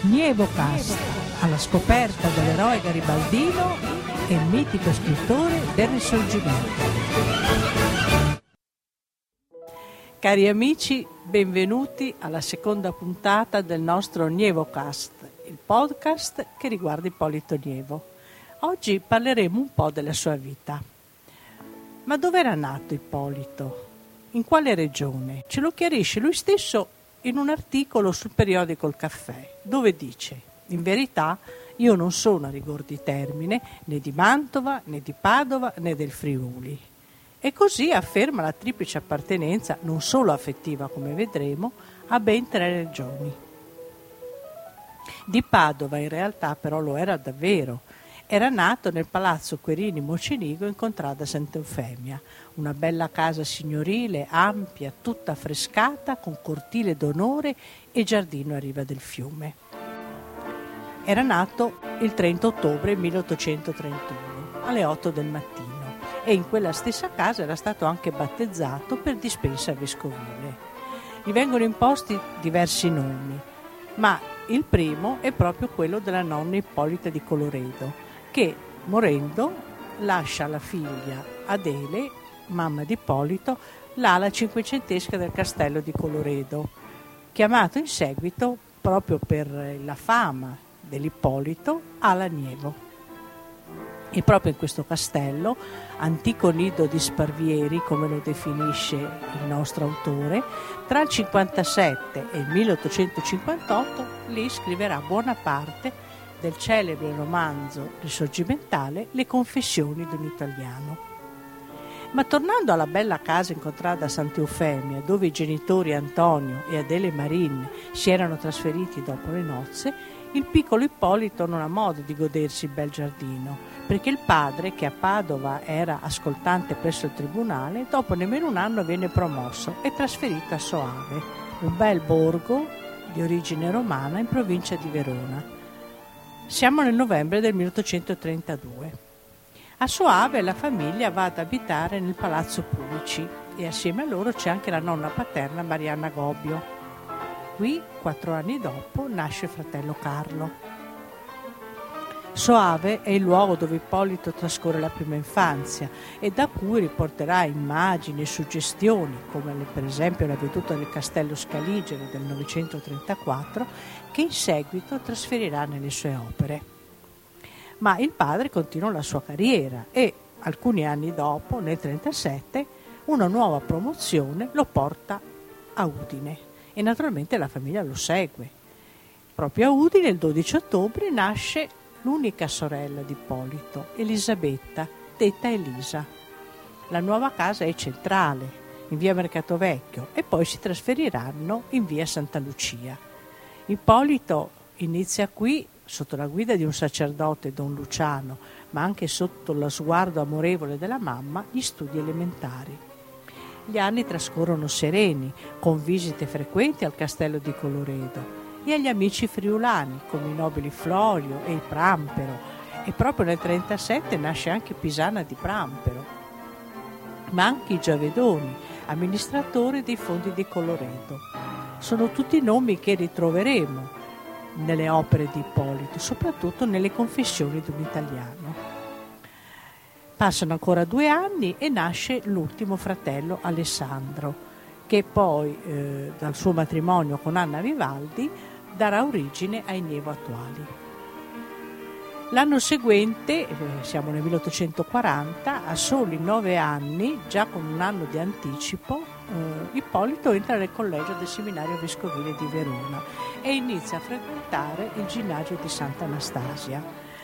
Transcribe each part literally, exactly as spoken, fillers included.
Nievocast, alla scoperta dell'eroe garibaldino e il mitico scrittore del Risorgimento. Cari amici, benvenuti alla seconda puntata del nostro Nievocast, il podcast che riguarda Ippolito Nievo. Oggi parleremo un po' della sua vita. Ma dove era nato Ippolito? In quale regione? Ce lo chiarisce lui stesso in un articolo sul periodico Il Caffè, dove dice: in verità io non sono a rigor di termine né di Mantova, né di Padova, né del Friuli. E così afferma la triplice appartenenza, non solo affettiva come vedremo, a ben tre regioni. Di Padova in realtà però lo era davvero. Era nato nel palazzo Querini Mocenigo in contrada Santa Eufemia, una bella casa signorile, ampia, tutta affrescata, con cortile d'onore e giardino a riva del fiume. Era nato il trenta ottobre milleottocentotrentuno, alle otto del mattino, e in quella stessa casa era stato anche battezzato per dispensa vescovile. Gli vengono imposti diversi nomi, ma il primo è proprio quello della nonna Ippolita di Coloredo, che, morendo, lascia alla figlia Adele, mamma di Ippolito, l'ala cinquecentesca del castello di Coloredo, chiamato in seguito, proprio per la fama dell'Ippolito, Ala Nievo. E proprio in questo castello, antico nido di sparvieri, come lo definisce il nostro autore, tra il cinquantasette e il milleottocentocinquantotto, lì scriverà buona parte del celebre romanzo risorgimentale Le confessioni di un italiano. Ma tornando alla bella casa in contrada Santa Eufemia, dove i genitori Antonio e Adele Marin si erano trasferiti dopo le nozze, il piccolo Ippolito non ha modo di godersi il bel giardino, perché il padre, che a Padova era ascoltante presso il tribunale, dopo nemmeno un anno viene promosso e trasferito a Soave, un bel borgo di origine romana in provincia di Verona. Siamo nel novembre del milleottocentotrentadue. A Soave la famiglia va ad abitare nel Palazzo Pulici e assieme a loro c'è anche la nonna paterna Marianna Gobbio. Qui, quattro anni dopo, nasce il fratello Carlo. Soave è il luogo dove Ippolito trascorre la prima infanzia e da cui riporterà immagini e suggestioni, come per esempio la veduta del Castello Scaligero del novecentotrentaquattro, che in seguito trasferirà nelle sue opere. Ma il padre continua la sua carriera e, alcuni anni dopo, nel trentasette, una nuova promozione lo porta a Udine e naturalmente la famiglia lo segue. Proprio a Udine, il dodici ottobre, nasce l'unica sorella di Ippolito, Elisabetta, detta Elisa. La nuova casa è centrale, in via Mercato Vecchio, e poi si trasferiranno in via Santa Lucia. Ippolito inizia qui, sotto la guida di un sacerdote, Don Luciano, ma anche sotto lo sguardo amorevole della mamma, gli studi elementari. Gli anni trascorrono sereni, con visite frequenti al castello di Coloredo e agli amici friulani, come i nobili Florio e il Prampero, e proprio nel trentasette nasce anche Pisana di Prampero, ma anche i Giavedoni, amministratore dei fondi di Coloredo. Sono tutti nomi che ritroveremo nelle opere di Ippolito, soprattutto nelle confessioni di un italiano. Passano ancora due anni e nasce l'ultimo fratello, Alessandro, che poi, eh, dal suo matrimonio con Anna Vivaldi, darà origine ai Nievo attuali. L'anno seguente, eh, siamo nel milleottocentoquaranta, a soli nove anni, già con un anno di anticipo, eh, Ippolito entra nel collegio del seminario vescovile di Verona e inizia a frequentare il ginnasio di Sant'Anastasia.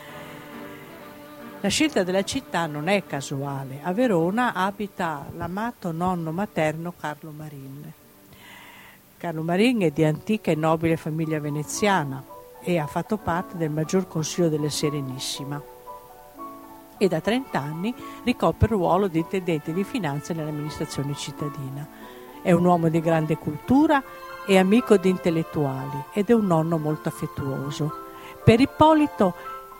La scelta della città non è casuale. A Verona abita l'amato nonno materno Carlo Marin. Carlo Marin è di antica e nobile famiglia veneziana e ha fatto parte del maggior consiglio della Serenissima e da trenta anni ricopre il ruolo di intendente di finanza nell'amministrazione cittadina. È un uomo di grande cultura e amico di intellettuali ed è un nonno molto affettuoso. Per Ippolito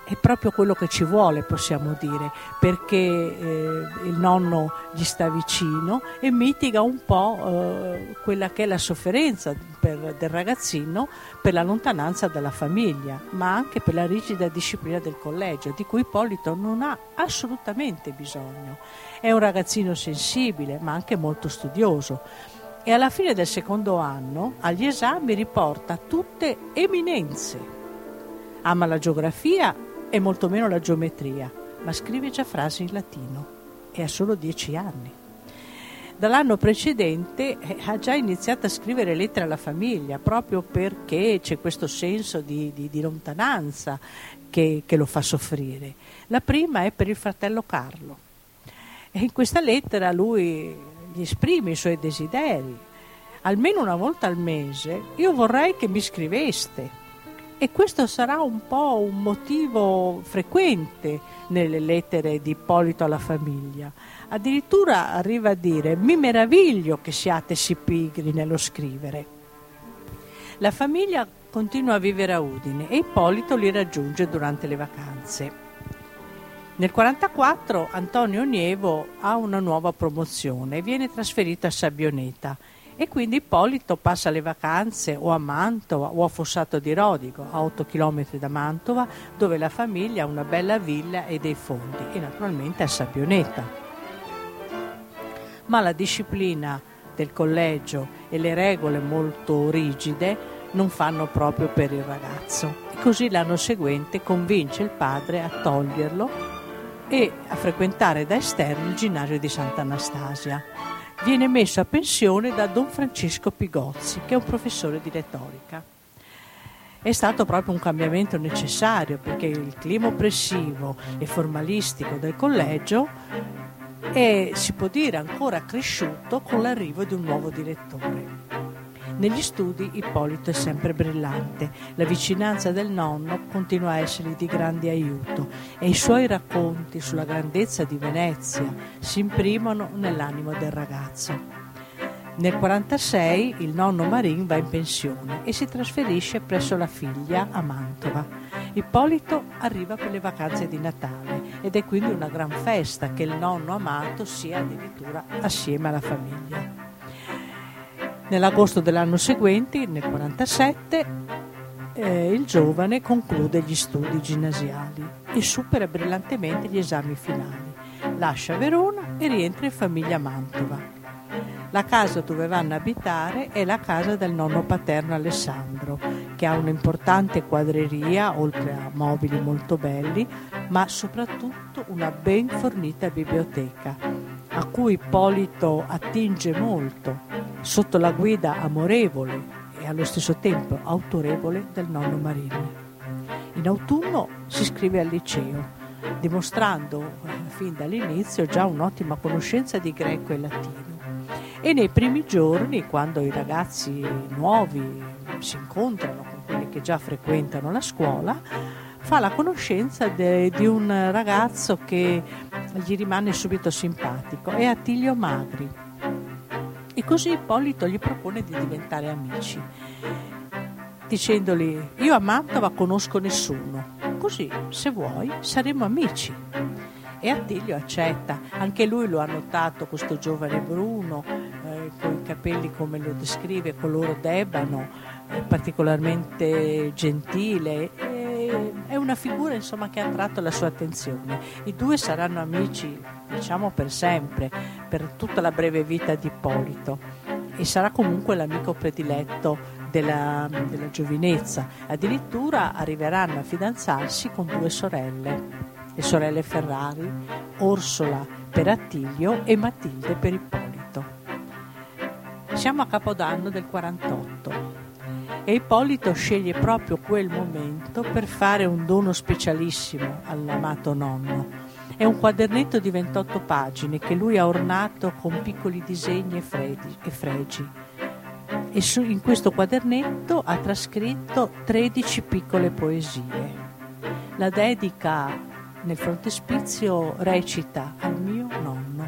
è proprio quello che ci vuole, possiamo dire, perché eh, il nonno gli sta vicino e mitiga un po' eh, quella che è la sofferenza per, del ragazzino per la lontananza dalla famiglia, ma anche per la rigida disciplina del collegio, di cui Ippolito non ha assolutamente bisogno. È un ragazzino sensibile, ma anche molto studioso. E alla fine del secondo anno, agli esami, riporta tutte eminenze. Ama la geografia e molto meno la geometria, ma scrive già frasi in latino e ha solo dieci anni. Dall'anno precedente eh, ha già iniziato a scrivere lettere alla famiglia, proprio perché c'è questo senso di, di, di lontananza che, che lo fa soffrire. La prima è per il fratello Carlo. E in questa lettera lui gli esprime i suoi desideri. Almeno una volta al mese io vorrei che mi scriveste. E questo sarà un po' un motivo frequente nelle lettere di Ippolito alla famiglia. Addirittura arriva a dire: mi meraviglio che siate sì pigri nello scrivere. La famiglia continua a vivere a Udine e Ippolito li raggiunge durante le vacanze. Nel millenovecentoquarantaquattro Antonio Nievo ha una nuova promozione e viene trasferito a Sabbioneta, e quindi Ippolito passa le vacanze o a Mantova o a Fossato di Rodigo, a otto chilometri da Mantova, dove la famiglia ha una bella villa e dei fondi, e naturalmente a Sabbioneta. Ma la disciplina del collegio e le regole molto rigide non fanno proprio per il ragazzo, e così l'anno seguente convince il padre a toglierlo e a frequentare da esterno il ginnasio di Sant'Anastasia. Viene messo a pensione da Don Francesco Pigozzi, che è un professore di retorica. È stato proprio un cambiamento necessario, perché il clima oppressivo e formalistico del collegio è, si può dire, ancora cresciuto con l'arrivo di un nuovo direttore. Negli studi Ippolito è sempre brillante, la vicinanza del nonno continua a essergli di grande aiuto e i suoi racconti sulla grandezza di Venezia si imprimono nell'animo del ragazzo. Nel millenovecentoquarantasei il nonno Marin va in pensione e si trasferisce presso la figlia a Mantova. Ippolito arriva per le vacanze di Natale ed è quindi una gran festa che il nonno amato sia addirittura assieme alla famiglia. Nell'agosto dell'anno seguente, nel millenovecentoquarantasette, eh, il giovane conclude gli studi ginnasiali e supera brillantemente gli esami finali. Lascia Verona e rientra in famiglia a Mantova. La casa dove vanno a abitare è la casa del nonno paterno Alessandro, che ha un'importante quadreria, oltre a mobili molto belli, ma soprattutto una ben fornita biblioteca, a cui Ippolito attinge molto, sotto la guida amorevole e allo stesso tempo autorevole del nonno Marini. In autunno si iscrive al liceo, dimostrando eh, fin dall'inizio già un'ottima conoscenza di greco e latino. E nei primi giorni, quando i ragazzi nuovi si incontrano con quelli che già frequentano la scuola, fa la conoscenza de, di un ragazzo che gli rimane subito simpatico, è Attilio Magri. E così Ippolito gli propone di diventare amici, dicendogli: io a Mantova conosco nessuno, così se vuoi saremo amici. E Attilio accetta, anche lui lo ha notato, questo giovane bruno, eh, con i capelli come lo descrive, color d'ebano, eh, particolarmente gentile, eh, è una figura insomma che ha attratto la sua attenzione. I due saranno amici, diciamo, per sempre, per tutta la breve vita di Ippolito, e sarà comunque l'amico prediletto della, della giovinezza. Addirittura arriveranno a fidanzarsi con due sorelle, le sorelle Ferrari, Orsola per Attilio e Matilde per Ippolito. Siamo a Capodanno del quarantotto e Ippolito sceglie proprio quel momento per fare un dono specialissimo all'amato nonno. È un quadernetto di ventotto pagine che lui ha ornato con piccoli disegni e, fredi, e fregi. E su, in questo quadernetto ha trascritto tredici piccole poesie. La dedica nel frontespizio recita: al mio nonno.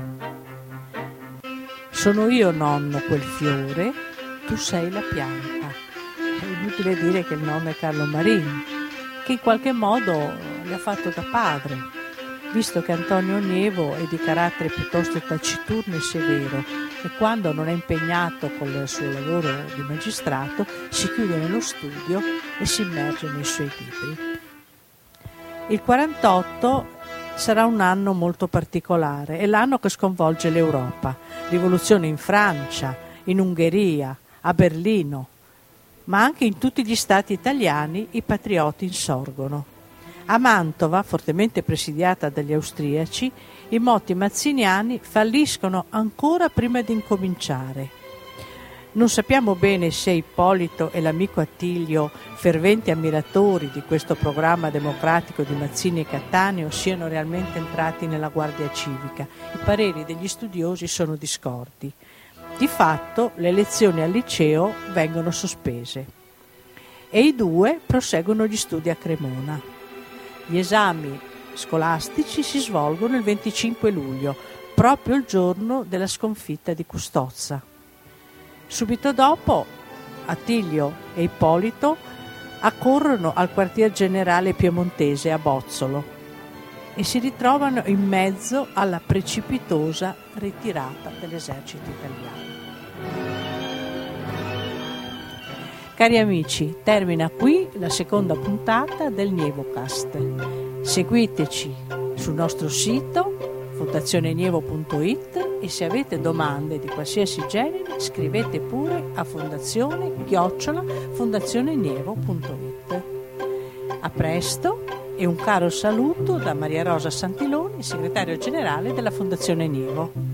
Sono io, nonno, quel fiore, tu sei la pianta. È inutile dire che il nonno è Carlo Marini, che in qualche modo gli ha fatto da padre, visto che Antonio Nievo è di carattere piuttosto taciturno e severo e quando non è impegnato con il suo lavoro di magistrato si chiude nello studio e si immerge nei suoi libri. Il quarantotto sarà un anno molto particolare, è l'anno che sconvolge l'Europa, rivoluzione in Francia, in Ungheria, a Berlino, ma anche in tutti gli stati italiani i patrioti insorgono. A Mantova, fortemente presidiata dagli austriaci, i moti mazziniani falliscono ancora prima di incominciare. Non sappiamo bene se Ippolito e l'amico Attilio, ferventi ammiratori di questo programma democratico di Mazzini e Cattaneo, siano realmente entrati nella Guardia Civica. I pareri degli studiosi sono discordi. Di fatto le lezioni al liceo vengono sospese e i due proseguono gli studi a Cremona. Gli esami scolastici si svolgono il venticinque luglio, proprio il giorno della sconfitta di Custozza. Subito dopo Attilio e Ippolito accorrono al quartier generale piemontese a Bozzolo e si ritrovano in mezzo alla precipitosa ritirata dell'esercito italiano. Cari amici, termina qui la seconda puntata del Nievocast. Seguiteci sul nostro sito fondazione nievo punto it e se avete domande di qualsiasi genere scrivete pure a fondazione chiocciola fondazionenievo punto it. A presto e un caro saluto da Maria Rosa Santiloni, segretario generale della Fondazione Nievo.